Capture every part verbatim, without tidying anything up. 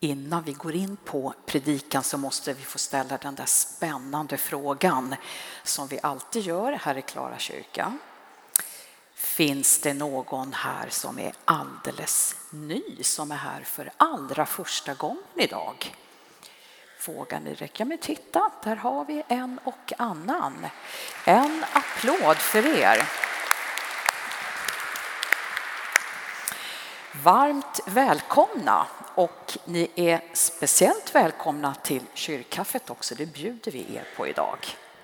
Innan vi går in på predikan så måste vi få ställa den där spännande frågan som vi alltid gör här i Klara kyrka. Finns det någon här som är alldeles ny, som är här för allra första gången idag? Vågar ni räcka med titta? Där har vi en och annan. En applåd för er. Varmt välkomna, och ni är speciellt välkomna till kyrkkaffet också. Det bjuder vi er på idag.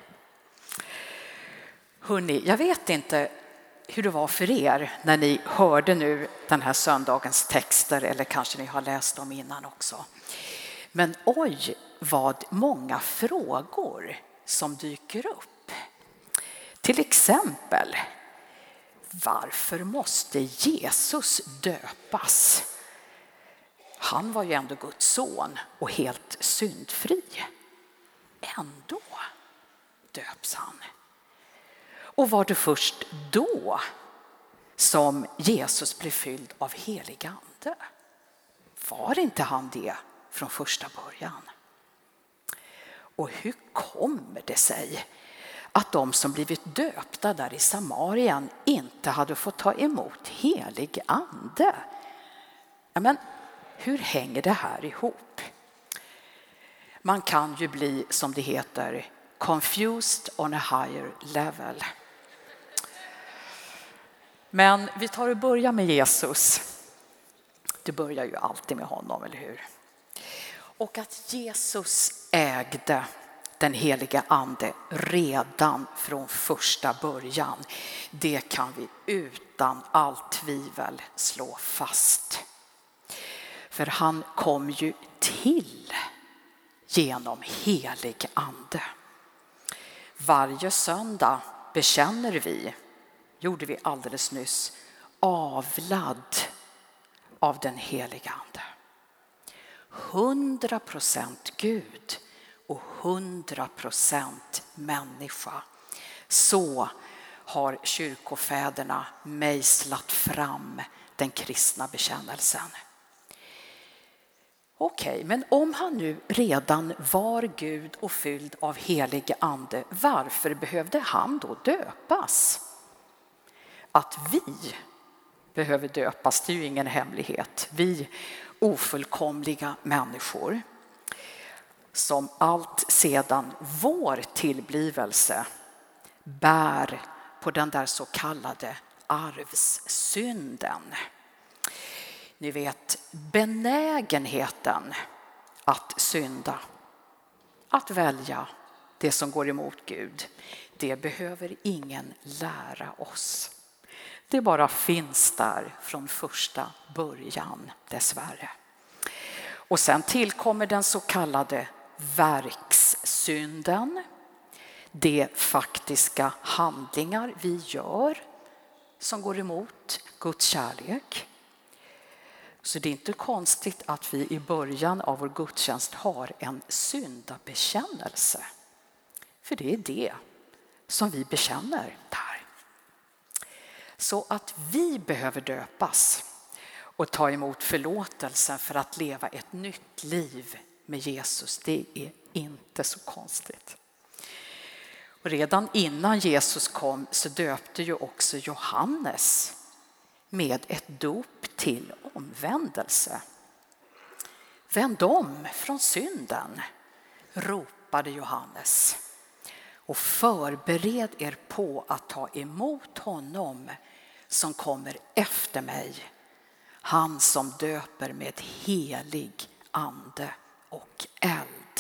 Hörrni, jag vet inte hur det var för er när ni hörde nu den här söndagens texter, eller kanske ni har läst dem innan också. Men oj, vad många frågor som dyker upp. Till exempel, varför måste Jesus döpas? Han var ju ändå Guds son och helt syndfri. Ändå döps han. Och var det först då som Jesus blev fylld av helig ande? Var inte han det från första början? Och hur kommer det sig att de som blivit döpta där i Samarien inte hade fått ta emot helig ande? Ja, men hur hänger det här ihop? Man kan ju bli, som det heter, confused on a higher level. Men vi tar och börjar med Jesus. Det börjar ju alltid med honom, eller hur? Och att Jesus ägde den heliga ande redan från första början, det kan vi utan allt tvivel slå fast. För han kom ju till genom helig ande. Varje söndag bekänner vi, gjorde vi alldeles nyss, avlad av den heliga ande. Hundra procent Gud och hundra procent människa. Så har kyrkofäderna mejslat fram den kristna bekännelsen. Okej, men om han nu redan var Gud och fylld av helig ande, varför behövde han då döpas? Att vi behöver döpas, det är ju ingen hemlighet. Vi ofullkomliga människor som allt sedan vår tillblivelse bär på den där så kallade arvssynden. Ni vet, benägenheten att synda, att välja det som går emot Gud, det behöver ingen lära oss. Det bara finns där från första början, dessvärre. Och sen tillkommer den så kallade verkssynden. Det faktiska handlingar vi gör som går emot Guds kärlek. Så det är inte konstigt att vi i början av vår gudstjänst har en syndabekännelse. För det är det som vi bekänner där. Så att vi behöver döpas och ta emot förlåtelsen för att leva ett nytt liv med Jesus, det är inte så konstigt. Och redan innan Jesus kom så döpte ju också Johannes med ett dop till omvändelse. Vänd om från synden, ropade Johannes, och förbered er på att ta emot honom som kommer efter mig, han som döper med helig ande och eld.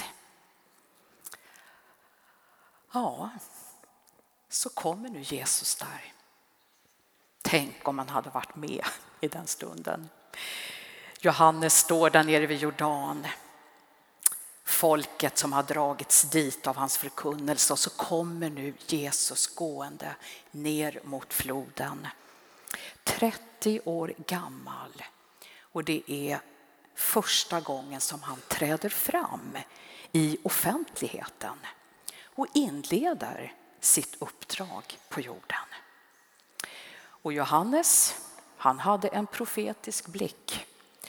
Ja, så kommer nu Jesus där. Tänk om han hade varit med i den stunden. Johannes står där nere vid Jordan. Folket som har dragits dit av hans förkunnelse, och så kommer nu Jesus gående ner mot floden. trettio år gammal, och det är första gången som han träder fram i offentligheten och inleder sitt uppdrag på jorden. Och Johannes, han hade en profetisk blick.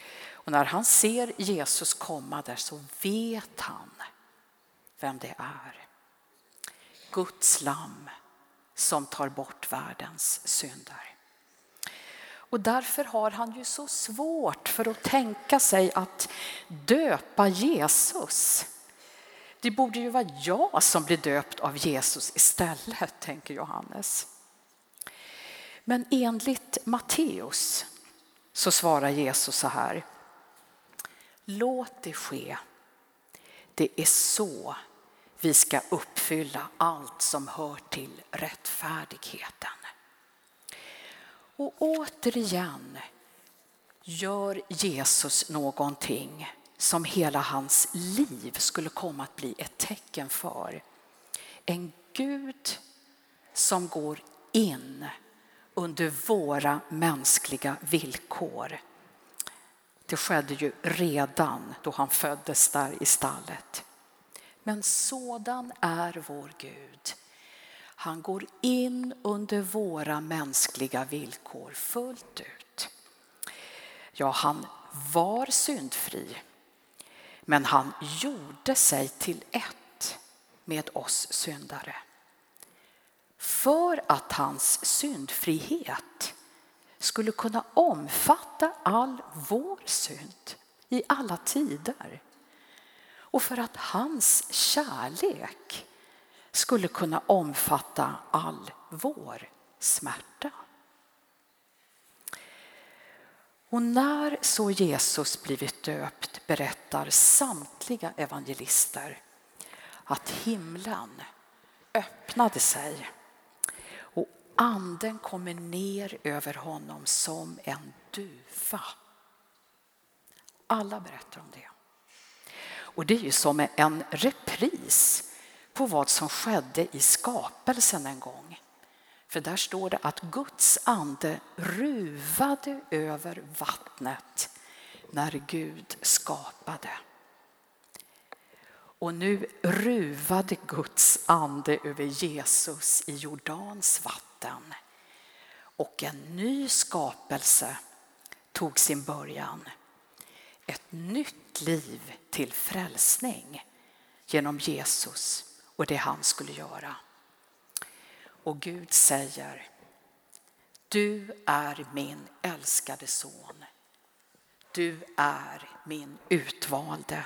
Och när han ser Jesus komma där så vet han vem det är. Guds lamm som tar bort världens synder. Och därför har han ju så svårt för att tänka sig att döpa Jesus. Det borde ju vara jag som blir döpt av Jesus istället, tänker Johannes. Men enligt Matteus så svarar Jesus så här: låt det ske. Det är så vi ska uppfylla allt som hör till rättfärdigheten. Och återigen gör Jesus någonting som hela hans liv skulle komma att bli ett tecken för. En Gud som går in under våra mänskliga villkor. Det skedde ju redan då han föddes där i stallet. Men sådan är vår Gud. Han går in under våra mänskliga villkor fullt ut. Ja, han var syndfri, men han gjorde sig till ett med oss syndare. För att hans syndfrihet skulle kunna omfatta all vår synd i alla tider. Och för att hans kärlek skulle kunna omfatta all vår smärta. Och när så Jesus blivit döpt berättar samtliga evangelister att himlen öppnade sig och anden kommer ner över honom som en duva. Alla berättar om det. Och det är ju som en repris på vad som skedde i skapelsen en gång. För där står det att Guds ande ruvade över vattnet när Gud skapade. Och nu ruvade Guds ande över Jesus i Jordans vatten. Och en ny skapelse tog sin början. Ett nytt liv till frälsning genom Jesus och det han skulle göra. Och Gud säger: du är min älskade son. Du är min utvalde.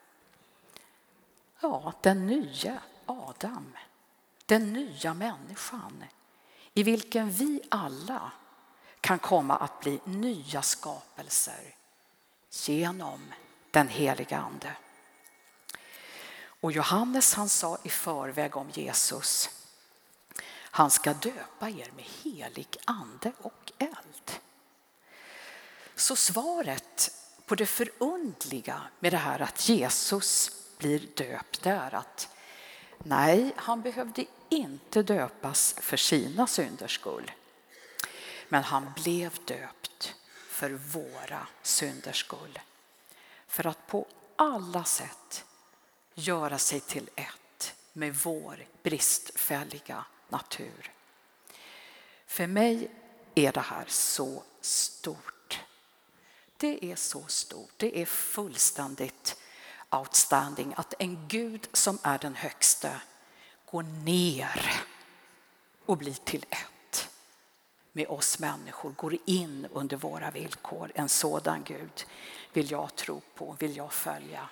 Ja, den nya Adam. Den nya människan. I vilken vi alla kan komma att bli nya skapelser genom den heliga ande. Och Johannes han sa i förväg om Jesus: han ska döpa er med helig ande och eld. Så svaret på det förundliga med det här att Jesus blir döpt är att nej, han behövde inte döpas för sina synders skull. Men han blev döpt för våra synders skull. För att på alla sätt göra sig till ett med vår bristfälliga natur. För mig är det här så stort. Det är så stort. Det är fullständigt outstanding att en Gud som är den högste går ner och blir till ett med oss människor, går in under våra villkor. En sådan Gud vill jag tro på, vill jag följa.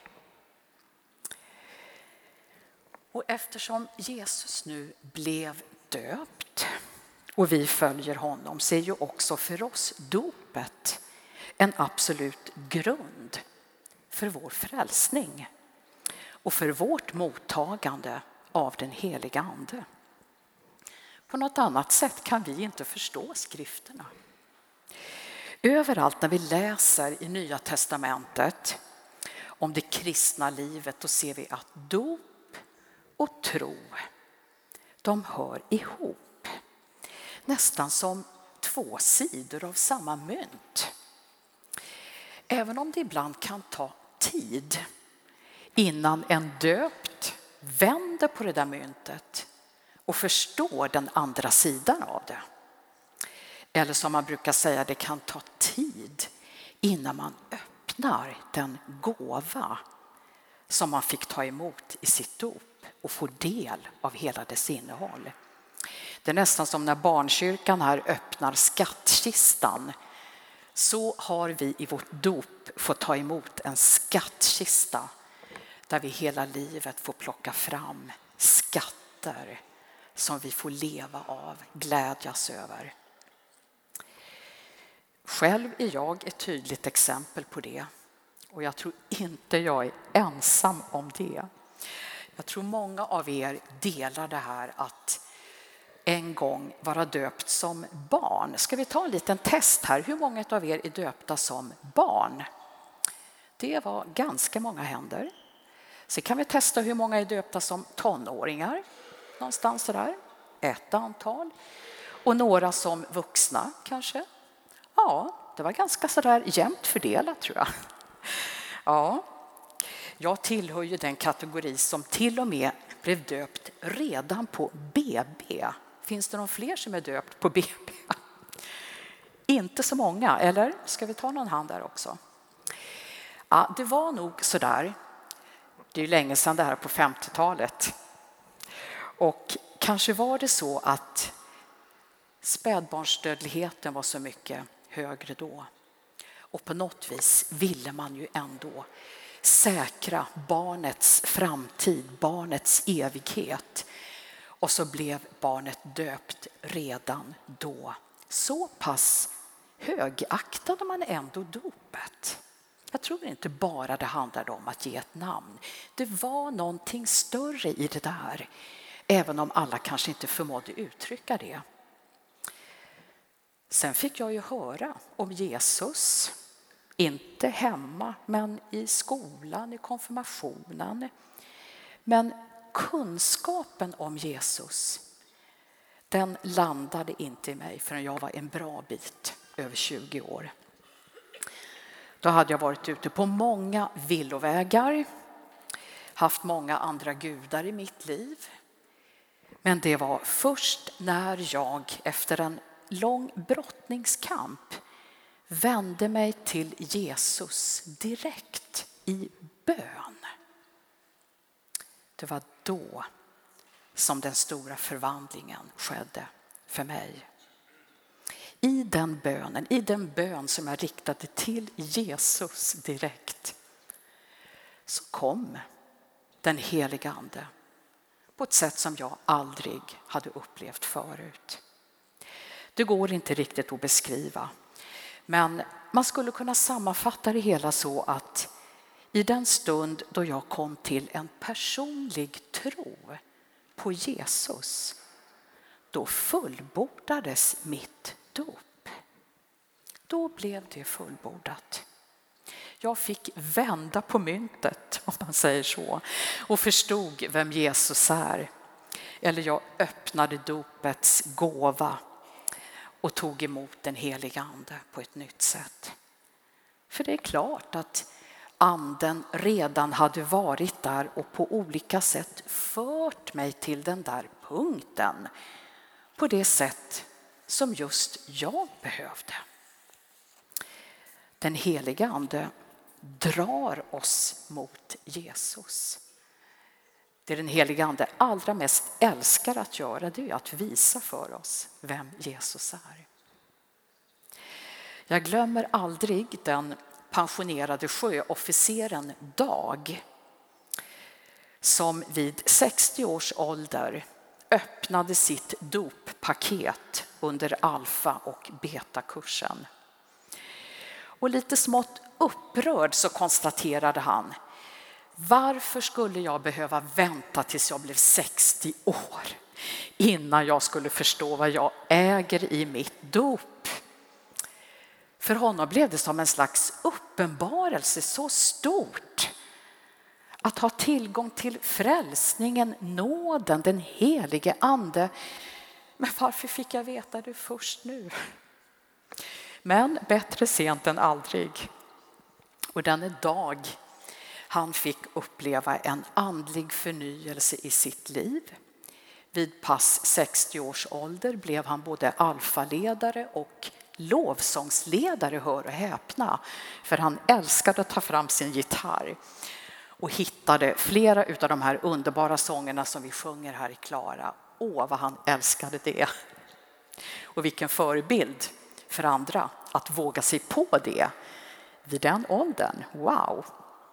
Och eftersom Jesus nu blev döpt och vi följer honom, så är ju också för oss dopet en absolut grund för vår frälsning och för vårt mottagande av den heliga ande. På något annat sätt kan vi inte förstå skrifterna. Överallt när vi läser i Nya testamentet om det kristna livet, då ser vi att dop och tro, de hör ihop. Nästan som två sidor av samma mynt. Även om det ibland kan ta tid innan en döpt vänder på det där myntet och förstår den andra sidan av det. Eller som man brukar säga, det kan ta tid innan man öppnar öppnar den gåva som man fick ta emot i sitt dop och få del av hela dess innehåll. Det är nästan som när barnkyrkan här öppnar skattkistan, så har vi i vårt dop fått ta emot en skattkista där vi hela livet får plocka fram skatter som vi får leva av, glädjas över. Själv är jag ett tydligt exempel på det, och jag tror inte jag är ensam om det. Jag tror många av er delar det här att en gång vara döpt som barn. Ska vi ta en liten test här? Hur många av er är döpta som barn? Det var ganska många händer. Så kan vi testa hur många är döpta som tonåringar. Någonstans där. Ett antal. Och några som vuxna kanske. Ja, det var ganska sådär jämnt fördelat tror jag. Ja, jag tillhör ju den kategori som till och med blev döpt redan på B B. Finns det någon fler som är döpt på B B? Inte så många, eller? Ska vi ta någon hand där också? Ja, det var nog sådär. Det är ju länge sedan det här på femtiotalet. Och kanske var det så att spädbarnsdödligheten var så mycket högre då. Och på något vis ville man ju ändå säkra barnets framtid, barnets evighet. Och så blev barnet döpt redan då. Så pass högaktade man ändå dopet. Jag tror inte bara det handlade om att ge ett namn. Det var någonting större i det där. Även om alla kanske inte förmådde uttrycka det. Sen fick jag ju höra om Jesus. Inte hemma, men i skolan, i konfirmationen. Men kunskapen om Jesus, den landade inte i mig förrän jag var en bra bit över tjugo år. Då hade jag varit ute på många villovägar, haft många andra gudar i mitt liv. Men det var först när jag efter en lång brottningskamp vände mig till Jesus direkt i bön. Det var då som den stora förvandlingen skedde för mig. I den bönen, i den bön som jag riktade till Jesus direkt, så kom den heliga ande på ett sätt som jag aldrig hade upplevt förut. Det går inte riktigt att beskriva, men man skulle kunna sammanfatta det hela så att i den stund då jag kom till en personlig tro på Jesus, då fullbordades mitt dop. Då blev det fullbordat. Jag fick vända på myntet, om man säger så, och förstod vem Jesus är. Eller jag öppnade dopets gåva och tog emot den heliga ande på ett nytt sätt. För det är klart att anden redan hade varit där och på olika sätt fört mig till den där punkten på det sätt som just jag behövde. Den heliga ande drar oss mot Jesus. Det den heliga ande allra mest älskar att göra, det är att visa för oss vem Jesus är. Jag glömmer aldrig den pensionerade sjöofficeren Dag som vid sextio års ålder öppnade sitt doppaket under alfa- och betakursen. Och lite smått upprörd så konstaterade han: varför skulle jag behöva vänta tills jag blev sextio år innan jag skulle förstå vad jag äger i mitt dop? För honom blev det som en slags uppenbarelse så stort att ha tillgång till frälsningen, nåden, den helige ande. Men varför fick jag veta det först nu? Men bättre sent än aldrig. Och denna dag han fick uppleva en andlig förnyelse i sitt liv. Vid pass sextio års ålder blev han både alfaledare och lovsångsledare, hör och häpna. För han älskade att ta fram sin gitarr och hittade flera av de här underbara sångerna som vi sjunger här i Klara. Åh, vad han älskade det. Och vilken förebild för andra att våga sig på det vid den åldern. Wow!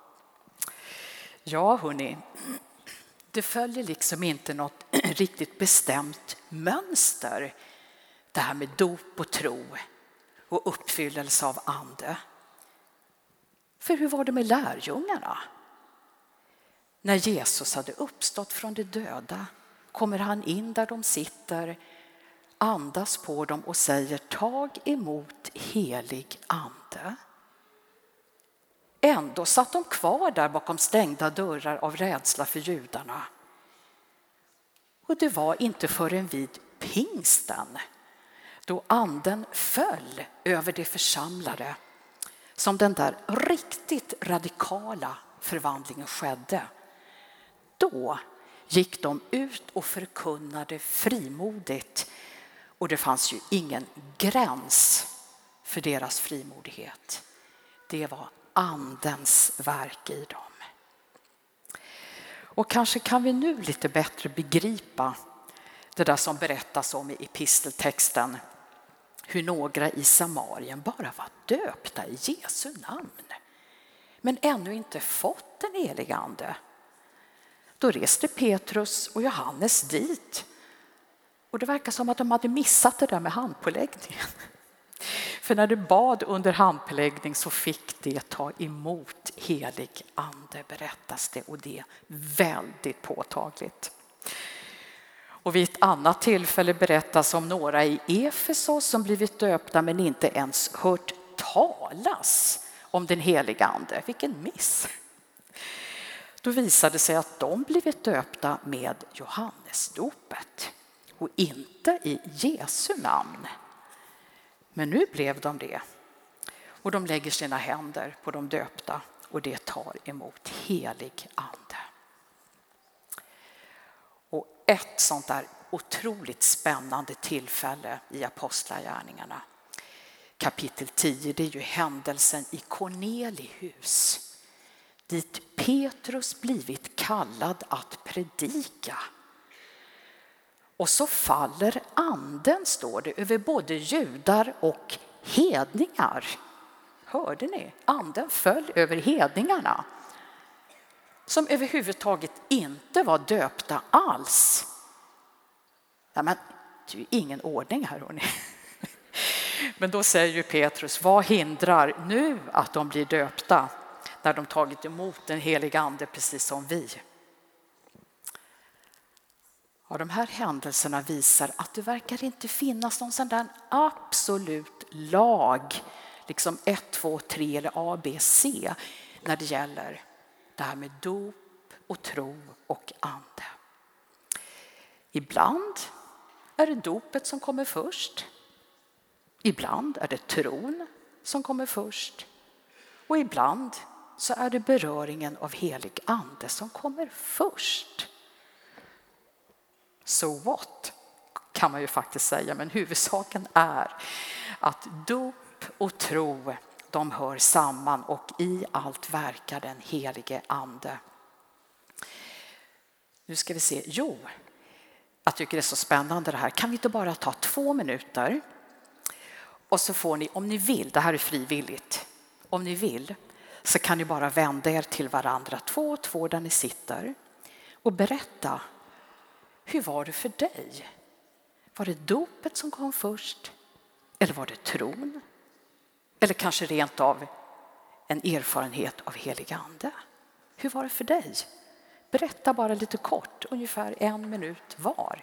Ja, hörni, det följer liksom inte något riktigt bestämt mönster. Det här med dop och tro och uppfyllelse av ande. För hur var det med lärjungarna? När Jesus hade uppstått från de döda kommer han in där de sitter, andas på dem och säger: tag emot helig ande. Ändå satt de kvar där bakom stängda dörrar av rädsla för judarna. Och det var inte förrän vid pingsten, då anden föll över de församlade, som den där riktigt radikala förvandlingen skedde. Då gick de ut och förkunnade frimodigt, och det fanns ju ingen gräns för deras frimodighet. Det var andens verk i dem. Och kanske kan vi nu lite bättre begripa det där som berättas om i episteltexten, hur några i Samarien bara var döpta i Jesu namn, men ännu inte fått den helige ande. Då reste Petrus och Johannes dit, och det verkar som att de hade missat det där med handpåläggningen. För när de bad under handpåläggning så fick de ta emot helig ande, berättas det, och det är väldigt påtagligt. Och vid ett annat tillfälle berättas om några i Efesos som blivit döpta men inte ens hört talas om den heliga ande. Vilken miss! Då visade det sig att de blivit döpta med Johannesdopet och inte i Jesu namn. Men nu blev de det, och de lägger sina händer på de döpta och det tar emot helig ande. Och ett sånt där otroligt spännande tillfälle i Apostlagärningarna, kapitel tio, det är ju händelsen i Cornelius, dit Petrus blivit kallad att predika. Och så faller anden, står det, över både judar och hedningar. Hörde ni? Anden föll över hedningarna, som överhuvudtaget inte var döpta alls. Ja, men det är ju ingen ordning här, hörni. Men då säger ju Petrus: vad hindrar nu att de blir döpta när de tagit emot den heliga ande precis som vi? Ja, de här händelserna visar att det verkar inte finnas någon sån där absolut lag, liksom ett, två, tre eller A, B, C, när det gäller det här med dop och tro och ande. Ibland är det dopet som kommer först. Ibland är det tron som kommer först. Och ibland så är det beröringen av helig ande som kommer först. So what, kan man ju faktiskt säga, men huvudsaken är att dop och tro, de hör samman, och i allt verkar den helige ande. Nu ska vi se, jo, jag tycker det är så spännande det här. Kan vi inte bara ta två minuter och så får ni, om ni vill, det här är frivilligt, om ni vill så kan ni bara vända er till varandra, två och två där ni sitter, och berätta: hur var det för dig? Var det dopet som kom först? Eller var det tron? Eller kanske rent av en erfarenhet av helig ande? Hur var det för dig? Berätta bara lite kort, ungefär en minut var.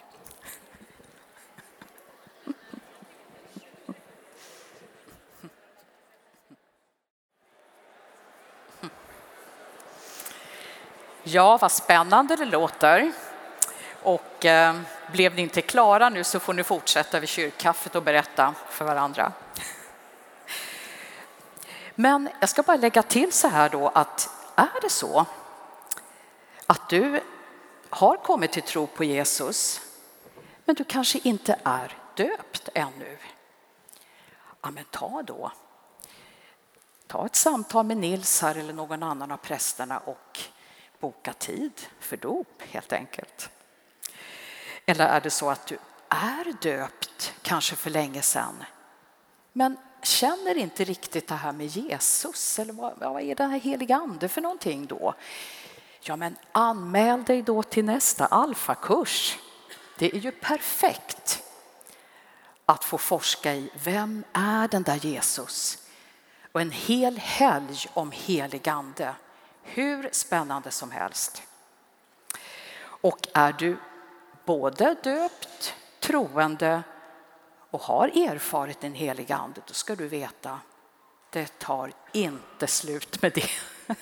Ja, vad spännande det låter. Och eh, blev ni inte klara nu så får ni fortsätta vid kyrkkaffet och berätta för varandra. Men jag ska bara lägga till så här då, att är det så att du har kommit till tro på Jesus men du kanske inte är döpt ännu. Ja, men ta då. Ta ett samtal med Nils här eller någon annan av prästerna och boka tid för dop helt enkelt. Eller är det så att du är döpt kanske för länge sedan men känner inte riktigt det här med Jesus? Eller vad, vad är det här heliga ande för någonting då? Ja, men anmäl dig då till nästa alfakurs. Det är ju perfekt att få forska i vem är den där Jesus? Och en hel helg om helig ande. Hur spännande som helst. Och är du både döpt, troende och har erfarit en helig ande, då ska du veta, det tar inte slut med det.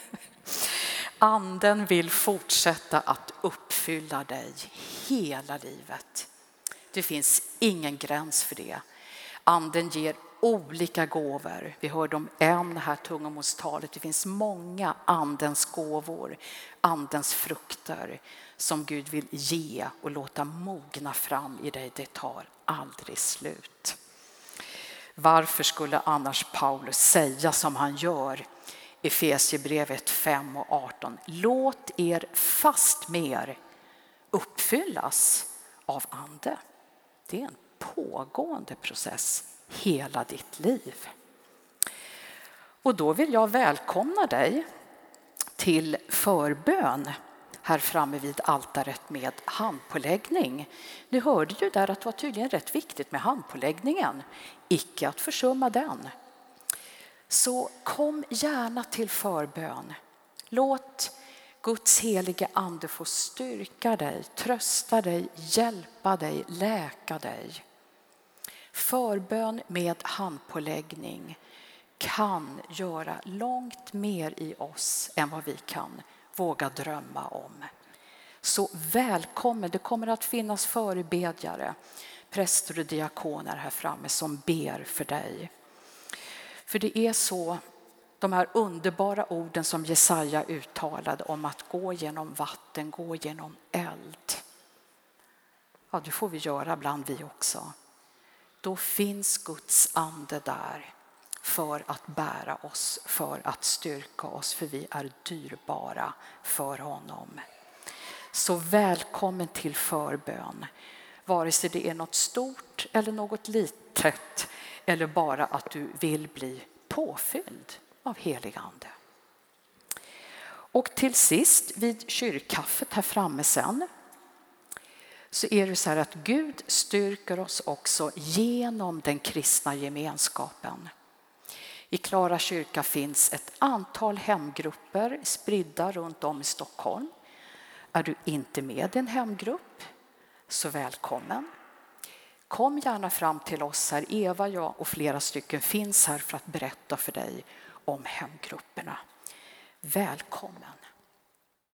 Anden vill fortsätta att uppfylla dig hela livet. Det finns ingen gräns för det. Anden ger olika gåvor. Vi hörde om en här tungomålstalet. Det finns många andens gåvor, andens frukter som Gud vill ge och låta mogna fram i dig. Det tar aldrig slut. Varför skulle annars Paulus säga som han gör i Efesierbrevet fem och arton? Låt er fast mer uppfyllas av ande. Det är en pågående process hela ditt liv. Och då vill jag välkomna dig till förbön här framme vid altaret med handpåläggning. Du hörde ju där att det var tydligen rätt viktigt med handpåläggningen. Icke att försumma den. Så kom gärna till förbön. Låt Guds helige ande få styrka dig, trösta dig, hjälpa dig, läka dig. Förbön med handpåläggning kan göra långt mer i oss än vad vi kan våga drömma om. Så välkommen, det kommer att finnas förebedjare, präster och diakoner här framme som ber för dig. För det är så, de här underbara orden som Jesaja uttalade om att gå genom vatten, gå genom eld. Ja, det får vi göra bland vi också. Då finns Guds ande där för att bära oss, för att styrka oss, för vi är dyrbara för honom. Så välkommen till förbön, vare sig det är något stort eller något litet, eller bara att du vill bli påfylld av helig ande. Och till sist vid kyrkkaffet här framme sen, så är det så här att Gud styrker oss också genom den kristna gemenskapen. I Klara kyrka finns ett antal hemgrupper spridda runt om i Stockholm. Är du inte med i en hemgrupp, så välkommen. Kom gärna fram till oss här. Eva, jag och flera stycken finns här för att berätta för dig om hemgrupperna. Välkommen!